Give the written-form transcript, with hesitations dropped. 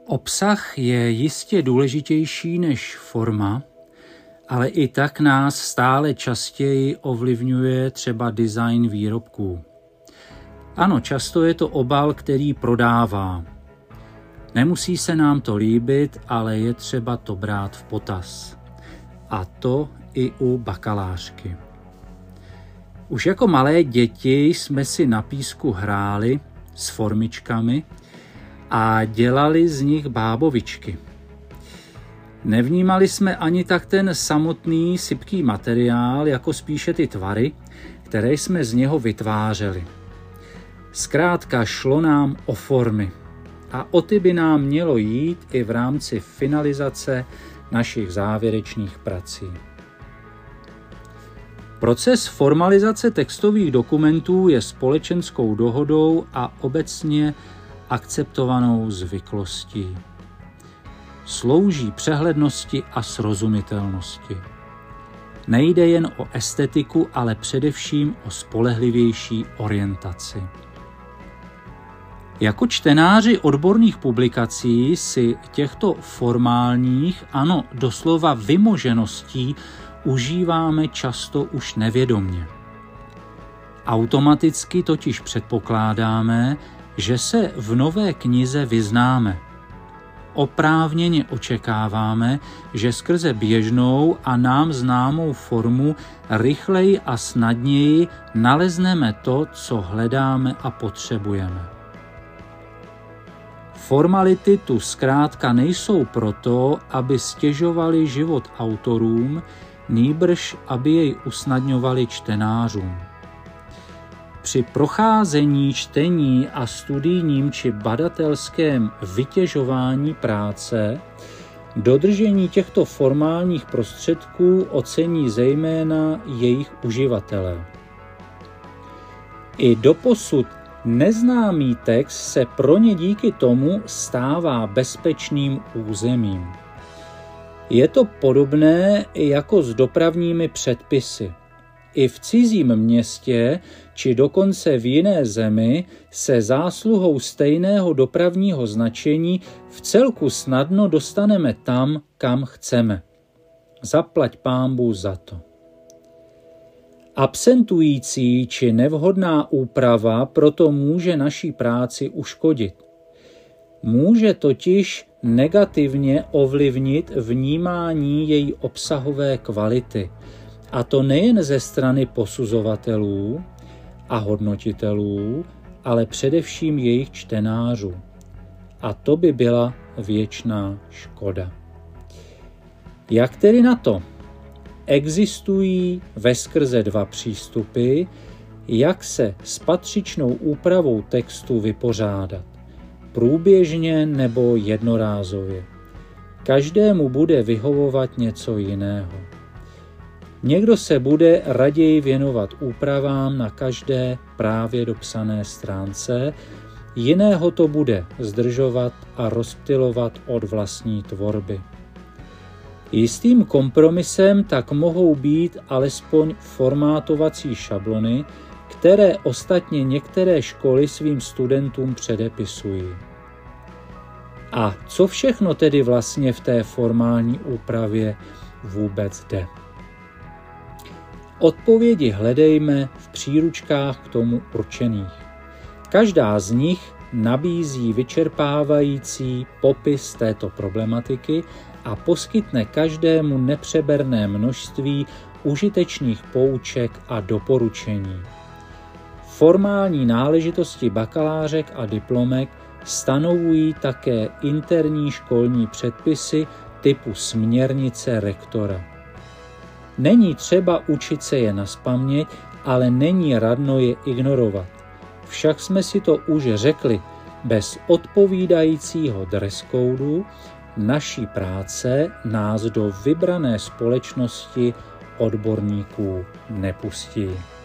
Obsah je jistě důležitější než forma, ale i tak nás stále častěji ovlivňuje třeba design výrobků. Ano, často je to obal, který prodává. Nemusí se nám to líbit, ale je třeba to brát v potaz. A to i u bakalářky. Už jako malé děti jsme si na písku hráli s formičkami a dělali z nich bábovičky. Nevnímali jsme ani tak ten samotný sypký materiál, jako spíše ty tvary, které jsme z něho vytvářeli. Zkrátka šlo nám o formy a o ty by nám mělo jít i v rámci finalizace našich závěrečných prací. Proces formalizace textových dokumentů je společenskou dohodou a obecně akceptovanou zvyklostí. Slouží přehlednosti a srozumitelnosti. Nejde jen o estetiku, ale především o spolehlivější orientaci. Jako čtenáři odborných publikací si těchto formálních, ano, doslova vymožeností užíváme často už nevědomně. Automaticky totiž předpokládáme, že se v nové knize vyznáme. Oprávněně očekáváme, že skrze běžnou a nám známou formu rychleji a snadněji nalezneme to, co hledáme a potřebujeme. Formality tu zkrátka nejsou proto, aby stěžovali život autorům, nýbrž aby jej usnadňovali čtenářům. Při procházení, čtení a studijním či badatelském vytěžování práce dodržení těchto formálních prostředků ocení zejména jejich uživatelé. I doposud neznámý text se pro ně díky tomu stává bezpečným územím. Je to podobné jako s dopravními předpisy. I v cizím městě, či dokonce v jiné zemi, se zásluhou stejného dopravního značení vcelku snadno dostaneme tam, kam chceme. Zaplať pánbůh za to. Absentující či nevhodná úprava proto může naší práci uškodit. Může totiž negativně ovlivnit vnímání její obsahové kvality, a to nejen ze strany posuzovatelů a hodnotitelů, ale především jejich čtenářů. A to by byla věčná škoda. Jak tedy na to? Existují veskrze dva přístupy, jak se s patřičnou úpravou textu vypořádat. Průběžně nebo jednorázově. Každému bude vyhovovat něco jiného. Někdo se bude raději věnovat úpravám na každé právě dopsané stránce, jiného to bude zdržovat a rozptylovat od vlastní tvorby. Jistým kompromisem tak mohou být alespoň formátovací šablony, které ostatně některé školy svým studentům předepisují. A co všechno tedy vlastně v té formální úpravě vůbec jde? Odpovědi hledejme v příručkách k tomu určených. Každá z nich nabízí vyčerpávající popis této problematiky a poskytne každému nepřeberné množství užitečných pouček a doporučení. Formální náležitosti bakalářek a diplomek stanovují také interní školní předpisy typu směrnice rektora. Není třeba učit se je nazpaměť, ale není radno je ignorovat. Však jsme si to už řekli, bez odpovídajícího dress codeu naší práce nás do vybrané společnosti odborníků nepustí.